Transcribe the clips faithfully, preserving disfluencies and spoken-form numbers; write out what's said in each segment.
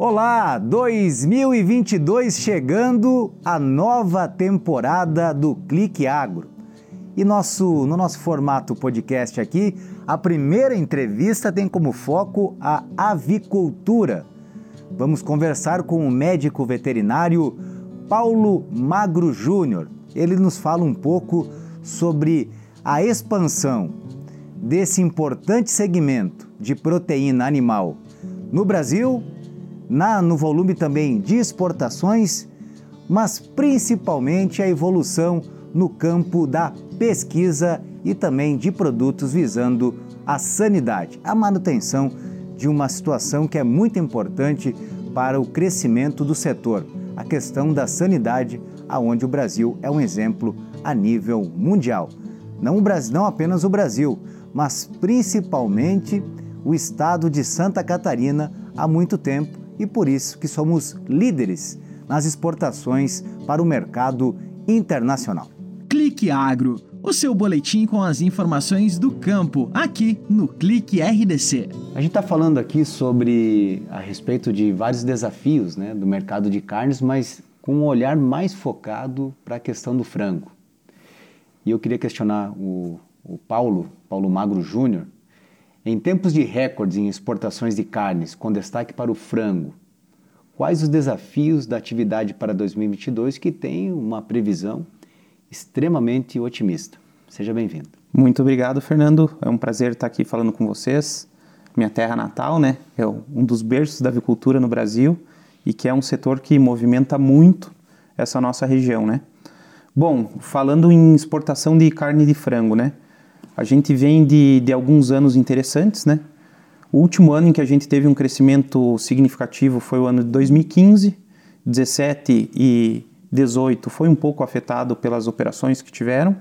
Olá, dois mil e vinte e dois chegando, a nova temporada do Clique Agro. E nosso, no nosso formato podcast aqui, a primeira entrevista tem como foco a avicultura. Vamos conversar com o médico veterinário Paulo Magro Júnior. Ele nos fala um pouco sobre a expansão desse importante segmento de proteína animal no Brasil, na, no volume também de exportações, mas principalmente a evolução no campo da pesquisa e também de produtos visando a sanidade, a manutenção de uma situação que é muito importante para o crescimento do setor, a questão da sanidade, aonde o Brasil é um exemplo a nível mundial. Não, o Brasil, não apenas o Brasil, mas principalmente o estado de Santa Catarina há muito tempo e por isso que somos líderes nas exportações para o mercado internacional. Clique Agro, o seu boletim com as informações do campo, aqui no Clique R D C. A gente está falando aqui sobre, a respeito de vários desafios, né, do mercado de carnes, mas com um olhar mais focado para a questão do frango. E eu queria questionar o, o Paulo, Paulo Magro Júnior. Em tempos de recordes em exportações de carnes, com destaque para o frango, quais os desafios da atividade para dois mil e vinte e dois que tem uma previsão extremamente otimista? Seja bem-vindo. Muito obrigado, Fernando. É um prazer estar aqui falando com vocês. Minha terra natal, né, é um dos berços da avicultura no Brasil e que é um setor que movimenta muito essa nossa região, né? Bom, falando em exportação de carne de frango, né? A gente vem de, de alguns anos interessantes, né? O último ano em que a gente teve um crescimento significativo foi o ano de dois mil e quinze, dezessete e dezoito foi um pouco afetado pelas operações que tiveram.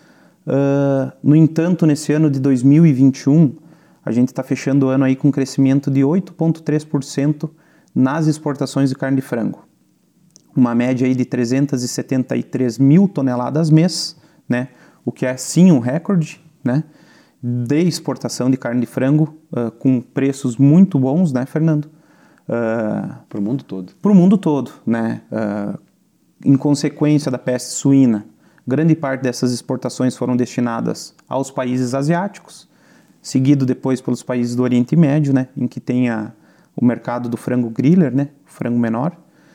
Uh, no entanto, nesse ano de dois mil e vinte e um, a gente está fechando o ano aí com um crescimento de oito vírgula três por cento nas exportações de carne de frango. Uma média aí de trezentas e setenta e três mil toneladas mês, né? O que é sim um recorde, né, de exportação de carne de frango uh, com preços muito bons, né, Fernando? Uh, para o mundo todo. Para o mundo todo, né? Uh, em consequência da peste suína, grande parte dessas exportações foram destinadas aos países asiáticos, seguido depois pelos países do Oriente Médio, né, em que tem a, o mercado do frango griller, né, frango menor.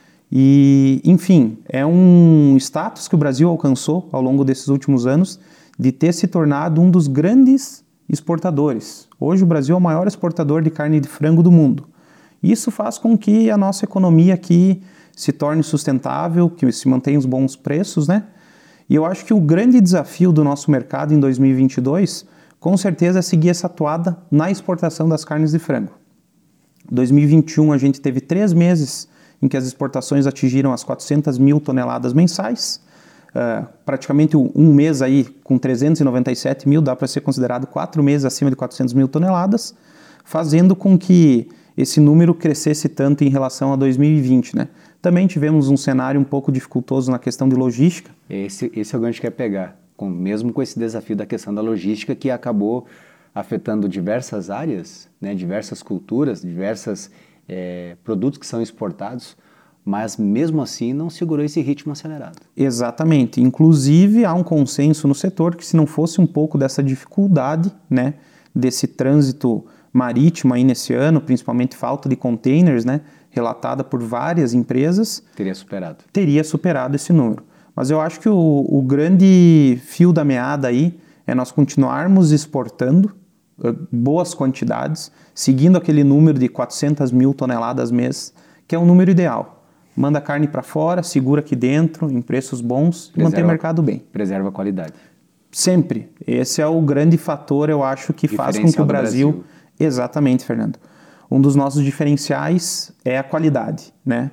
E, enfim, é um status que o Brasil alcançou ao longo desses últimos anos de ter se tornado um dos grandes exportadores. Hoje o Brasil é o maior exportador de carne de frango do mundo. Isso faz com que a nossa economia aqui se torne sustentável, que se mantenha os bons preços, né? E eu acho que o grande desafio do nosso mercado em dois mil e vinte e dois, com certeza, é seguir essa toada na exportação das carnes de frango. Em dois mil e vinte e um a gente teve três meses em que as exportações atingiram as quatrocentas mil toneladas mensais. Uh, praticamente um mês aí com trezentos e noventa e sete mil, dá para ser considerado quatro meses acima de quatrocentas mil toneladas, fazendo com que esse número crescesse tanto em relação a dois mil e vinte, né? Também tivemos um cenário um pouco dificultoso na questão de logística. Esse, esse é o gancho que quer pegar, com, mesmo com esse desafio da questão da logística que acabou afetando diversas áreas, né, diversas culturas, diversos é, produtos que são exportados, mas mesmo assim não segurou esse ritmo acelerado. Exatamente. Inclusive há um consenso no setor que se não fosse um pouco dessa dificuldade, né, desse trânsito marítimo aí nesse ano, principalmente falta de containers, né, relatada por várias empresas, teria superado. Teria superado esse número. Mas eu acho que o, o grande fio da meada aí é nós continuarmos exportando uh, boas quantidades, seguindo aquele número de quatrocentas mil toneladas mês, que é um número ideal. Manda carne para fora, segura aqui dentro, em preços bons, e mantém o mercado bem. Preserva a qualidade. Sempre. Esse é o grande fator, eu acho, que faz com que o Brasil... Brasil... Exatamente, Fernando. Um dos nossos diferenciais é a qualidade, né?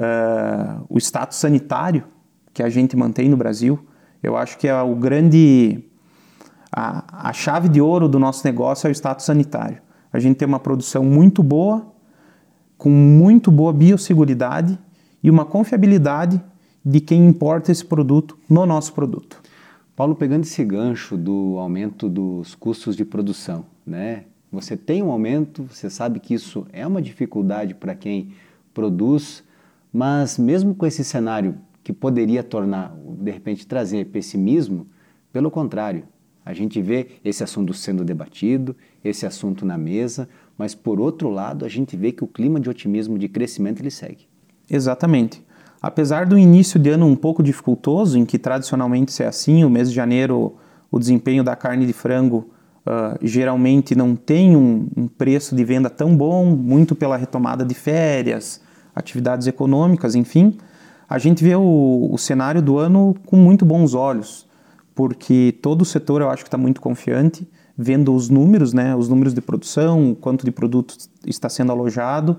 Uh, o status sanitário que a gente mantém no Brasil, eu acho que é o grande... A, a chave de ouro do nosso negócio é o status sanitário. A gente tem uma produção muito boa, com muito boa biosseguridade e uma confiabilidade de quem importa esse produto no nosso produto. Paulo, pegando esse gancho do aumento dos custos de produção, né? Você tem um aumento, você sabe que isso é uma dificuldade para quem produz, mas mesmo com esse cenário que poderia tornar, de repente, trazer pessimismo, pelo contrário, a gente vê esse assunto sendo debatido, esse assunto na mesa, mas por outro lado a gente vê que o clima de otimismo, de crescimento, ele segue. Exatamente. Apesar do início de ano um pouco dificultoso, em que tradicionalmente isso é assim, o mês de janeiro o desempenho da carne de frango uh, geralmente não tem um, um preço de venda tão bom, muito pela retomada de férias, atividades econômicas, enfim, a gente vê o, o cenário do ano com muito bons olhos, porque todo o setor eu acho que está muito confiante, vendo os números, né, os números de produção, o quanto de produto está sendo alojado,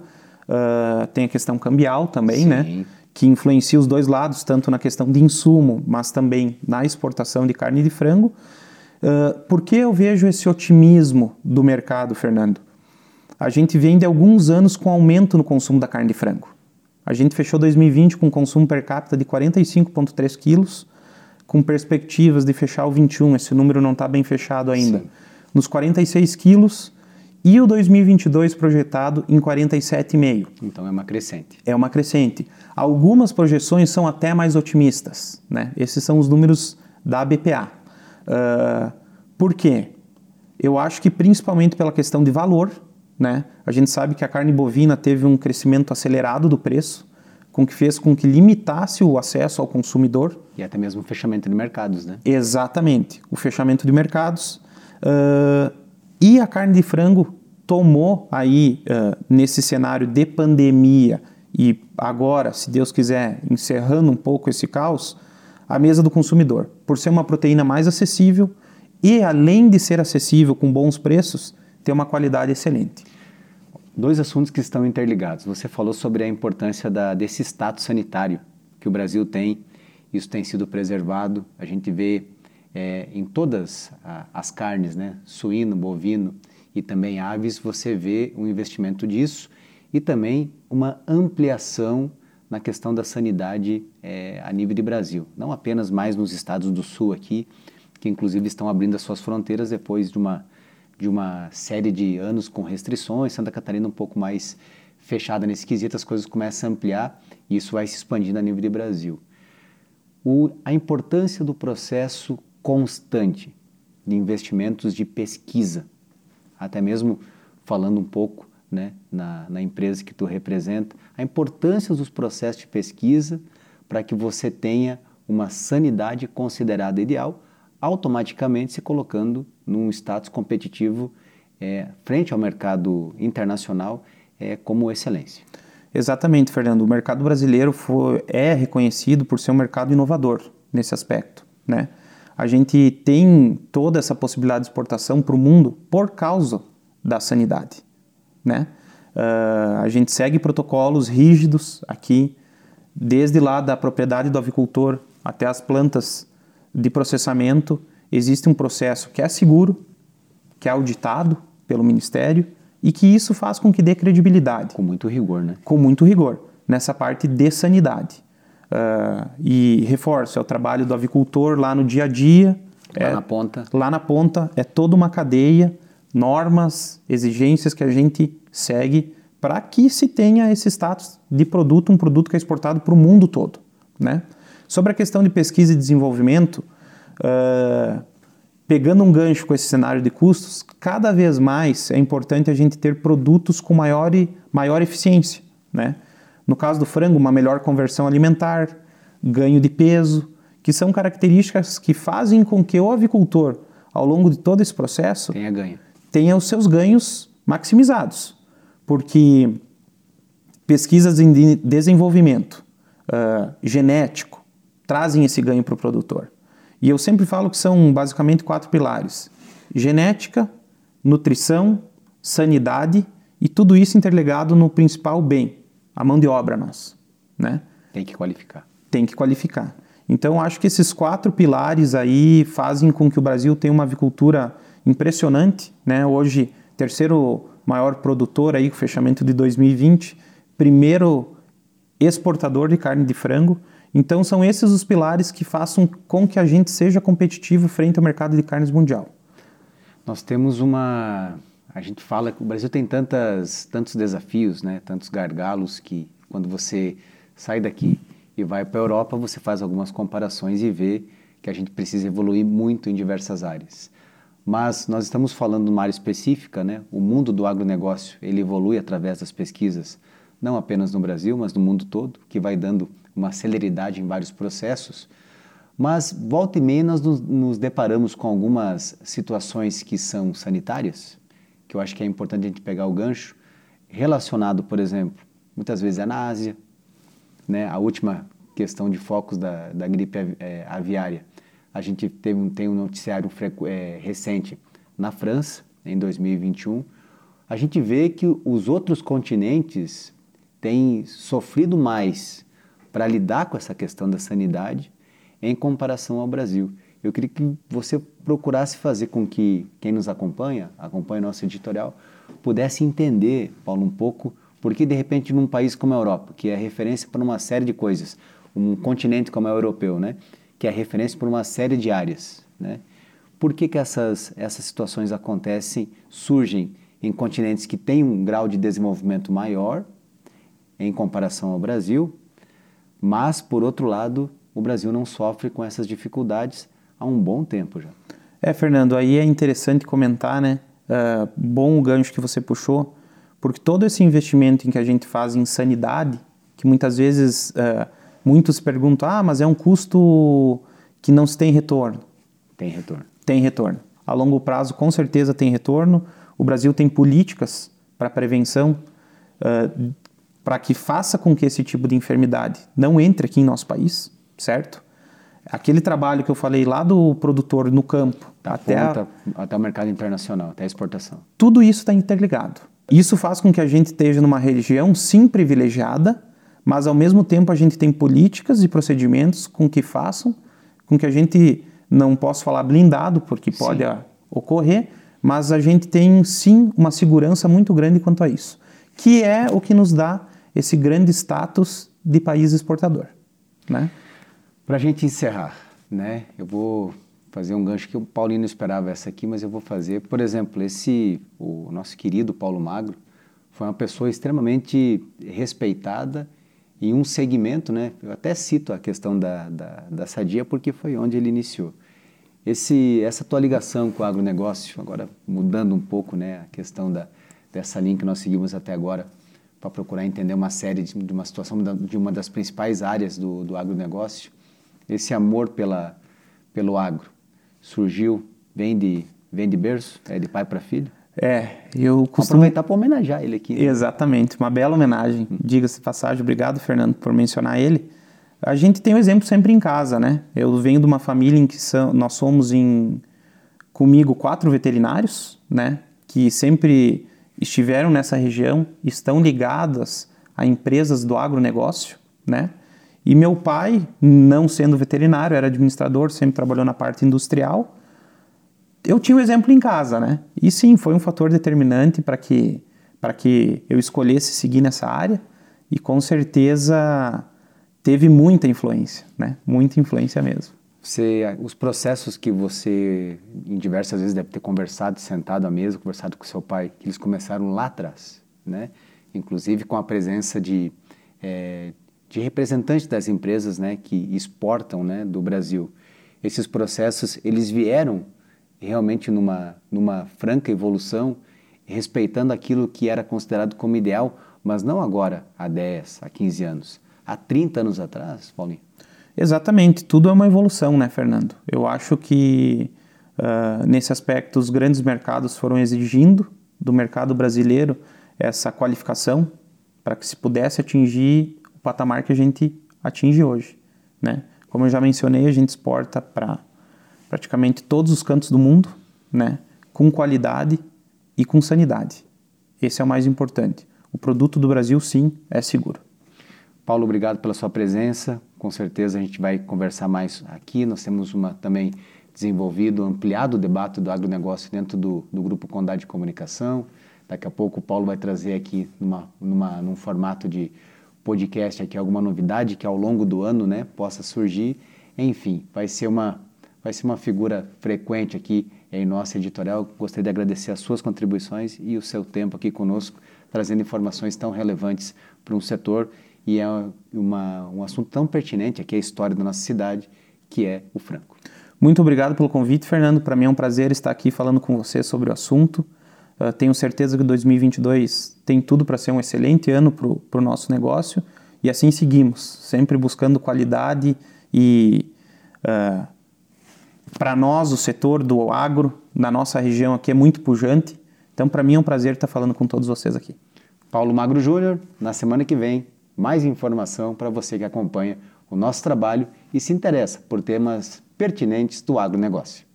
uh, tem a questão cambial também, Sim. né, que influencia os dois lados, tanto na questão de insumo, mas também na exportação de carne de frango. Uh, por que eu vejo esse otimismo do mercado, Fernando? A gente vem de alguns anos com aumento no consumo da carne de frango. A gente fechou dois mil e vinte com um consumo per capita de quarenta e cinco vírgula três quilos, com perspectivas de fechar o vinte e um, esse número não está bem fechado ainda, Sim. nos quarenta e seis quilos, e o dois mil e vinte e dois projetado em quarenta e sete vírgula cinco. Então é uma crescente. É uma crescente. Algumas projeções são até mais otimistas, né? Esses são os números da A B P A. Uh, por quê? Eu acho que principalmente pela questão de valor, né? A gente sabe que a carne bovina teve um crescimento acelerado do preço, com que fez com que limitasse o acesso ao consumidor. E até mesmo o fechamento de mercados, né? Exatamente, o fechamento de mercados. Uh, e a carne de frango tomou aí, uh, nesse cenário de pandemia, e agora, se Deus quiser, encerrando um pouco esse caos, a mesa do consumidor. Por ser uma proteína mais acessível e, além de ser acessível com bons preços, ter uma qualidade excelente. Dois assuntos que estão interligados. Você falou sobre a importância da, desse status sanitário que o Brasil tem. Isso tem sido preservado. A gente vê é, em todas a, as carnes, né? Suíno, bovino e também aves, você vê um investimento disso e também uma ampliação na questão da sanidade é, a nível de Brasil. Não apenas mais nos estados do sul aqui, que inclusive estão abrindo as suas fronteiras depois de uma de uma série de anos com restrições, Santa Catarina um pouco mais fechada nesse quesito, as coisas começam a ampliar e isso vai se expandindo a nível de Brasil. O, a importância do processo constante de investimentos de pesquisa, até mesmo falando um pouco, né, na, na empresa que tu representa, a importância dos processos de pesquisa para que você tenha uma sanidade considerada ideal, automaticamente se colocando num status competitivo é, frente ao mercado internacional é, como excelência. Exatamente, Fernando. O mercado brasileiro foi, é reconhecido por ser um mercado inovador nesse aspecto, né? A gente tem toda essa possibilidade de exportação para o mundo por causa da sanidade, né? Uh, a gente segue protocolos rígidos aqui, desde lá da propriedade do avicultor até as plantas de processamento. Existe um processo que é seguro, que é auditado pelo Ministério e que isso faz com que dê credibilidade. Com muito rigor, né? Com muito rigor, nessa parte de sanidade. Uh, e reforço, é o trabalho do avicultor lá no dia a dia. Lá é, na ponta. Lá na ponta, é toda uma cadeia, normas, exigências que a gente segue para que se tenha esse status de produto, um produto que é exportado para o mundo todo, né? Sobre a questão de pesquisa e desenvolvimento, uh, pegando um gancho com esse cenário de custos, cada vez mais é importante a gente ter produtos com maior, maior eficiência, né? No caso do frango, uma melhor conversão alimentar, ganho de peso, que são características que fazem com que o avicultor, ao longo de todo esse processo, tenha ganho. Tenha os seus ganhos maximizados. Porque pesquisas em desenvolvimento uh, genético trazem esse ganho para o produtor. E eu sempre falo que são basicamente quatro pilares: genética, nutrição, sanidade e tudo isso interligado no principal bem, a mão de obra nossa, né? Tem que qualificar. Tem que qualificar. Então, acho que esses quatro pilares aí fazem com que o Brasil tenha uma avicultura impressionante, né? Hoje, terceiro maior produtor aí com o fechamento de dois mil e vinte, primeiro exportador de carne de frango. Então, são esses os pilares que façam com que a gente seja competitivo frente ao mercado de carnes mundial. Nós temos uma... A gente fala que o Brasil tem tantas, tantos desafios, né? Tantos gargalos que Quando você sai daqui e vai para a Europa, você faz algumas comparações e vê que a gente precisa evoluir muito em diversas áreas. Mas nós estamos falando de uma área específica, né? O mundo do agronegócio, ele evolui através das pesquisas, não apenas no Brasil, mas no mundo todo, que vai dando uma celeridade em vários processos. Mas, volta e meia, nós nos, nos deparamos com algumas situações que são sanitárias, que eu acho que é importante a gente pegar o gancho, relacionado, por exemplo, muitas vezes é na Ásia, né? A última questão de focos da, da gripe é, aviária. A gente teve um, tem um noticiário é, recente na França, em dois mil e vinte e um. A gente vê que os outros continentes têm sofrido mais para lidar com essa questão da sanidade em comparação ao Brasil. Eu queria que você procurasse fazer com que quem nos acompanha, acompanha nosso editorial, pudesse entender, Paulo, um pouco, porque de repente num país como a Europa, que é referência para uma série de coisas, um continente como é o europeu, né, que é referência para uma série de áreas, né, por que que essas, essas situações acontecem, surgem em continentes que têm um grau de desenvolvimento maior em comparação ao Brasil, mas, por outro lado, o Brasil não sofre com essas dificuldades há um bom tempo já. É, Fernando, aí é interessante comentar, né? Uh, bom o gancho que você puxou, porque todo esse investimento em que a gente faz em sanidade, que muitas vezes uh, muitos perguntam, ah, mas é um custo que não se tem retorno. Tem retorno. Tem retorno. A longo prazo, com certeza, tem retorno. O Brasil tem políticas para prevenção, uh, para que faça com que esse tipo de enfermidade não entre aqui em nosso país, certo? Aquele trabalho que eu falei lá do produtor no campo, da até, ponta, a, até o mercado internacional, até a exportação. Tudo isso está interligado. Isso faz com que a gente esteja numa região, sim, privilegiada, mas ao mesmo tempo a gente tem políticas e procedimentos com que façam, com que a gente, não posso falar blindado, porque pode sim. ocorrer, mas a gente tem sim uma segurança muito grande quanto a isso, que é o que nos dá esse grande status de país exportador, né? Para a gente encerrar, né, eu vou fazer um gancho que o Paulinho não esperava essa aqui, mas eu vou fazer. Por exemplo, esse, o nosso querido Paulo Magro foi uma pessoa extremamente respeitada em um segmento, né, eu até cito a questão da, da, da Sadia porque foi onde ele iniciou. Esse, essa tua ligação com o agronegócio, agora mudando um pouco, né, a questão da, dessa linha que nós seguimos até agora, para procurar entender uma série de, de uma situação da, de uma das principais áreas do, do agronegócio, esse amor pela, pelo agro surgiu, vem de, vem de berço, é de pai para filho? É, eu costumo... Vou aproveitar para homenagear ele aqui. Né? Exatamente, uma bela homenagem. Hum. Diga-se de passagem, obrigado, Fernando, por mencionar ele. A gente tem um exemplo sempre em casa, né? Eu venho de uma família em que são, nós somos, em, comigo, quatro veterinários, né? Que sempre estiveram nessa região, estão ligadas a empresas do agronegócio, né? E meu pai, não sendo veterinário, era administrador, sempre trabalhou na parte industrial. Eu tinha um exemplo em casa, né? E sim, foi um fator determinante para que, para que eu escolhesse seguir nessa área e com certeza teve muita influência, né? Muita influência mesmo. Você, os processos que você, em diversas vezes, deve ter conversado, sentado à mesa, conversado com seu pai, que eles começaram lá atrás, né? Inclusive com a presença de... É, de representantes das empresas, né, que exportam, né, do Brasil. Esses processos, eles vieram realmente numa, numa franca evolução, respeitando aquilo que era considerado como ideal, mas não agora, há dez, há quinze anos. Há trinta anos atrás, Paulinho? Exatamente, tudo é uma evolução, né, Fernando? Eu acho que, uh, nesse aspecto, os grandes mercados foram exigindo do mercado brasileiro essa qualificação para que se pudesse atingir patamar que a gente atinge hoje, né? Como eu já mencionei, a gente exporta para praticamente todos os cantos do mundo, né? Com qualidade e com sanidade. Esse é o mais importante. O produto do Brasil, sim, é seguro. Paulo, obrigado pela sua presença. Com certeza a gente vai conversar mais aqui. Nós temos uma também desenvolvido, ampliado o debate do agronegócio dentro do, do Grupo Condade de Comunicação. Daqui a pouco o Paulo vai trazer aqui numa, numa, num formato de podcast aqui alguma novidade que ao longo do ano, né, possa surgir. Enfim, vai ser uma, vai ser uma figura frequente aqui em nossa editorial. Gostaria de agradecer as suas contribuições e o seu tempo aqui conosco, trazendo informações tão relevantes para um setor e é uma, um assunto tão pertinente aqui, a história da nossa cidade, que é o frango. Muito obrigado pelo convite, Fernando. Para mim é um prazer estar aqui falando com você sobre o assunto. Uh, tenho certeza que dois mil e vinte e dois tem tudo para ser um excelente ano para o nosso negócio, e assim seguimos, sempre buscando qualidade e... Uh, para nós, o setor do agro, na nossa região aqui, é muito pujante. Então, para mim é um prazer estar falando com todos vocês aqui. Paulo Magro Júnior, na semana que vem, mais informação para você que acompanha o nosso trabalho e se interessa por temas pertinentes do agronegócio.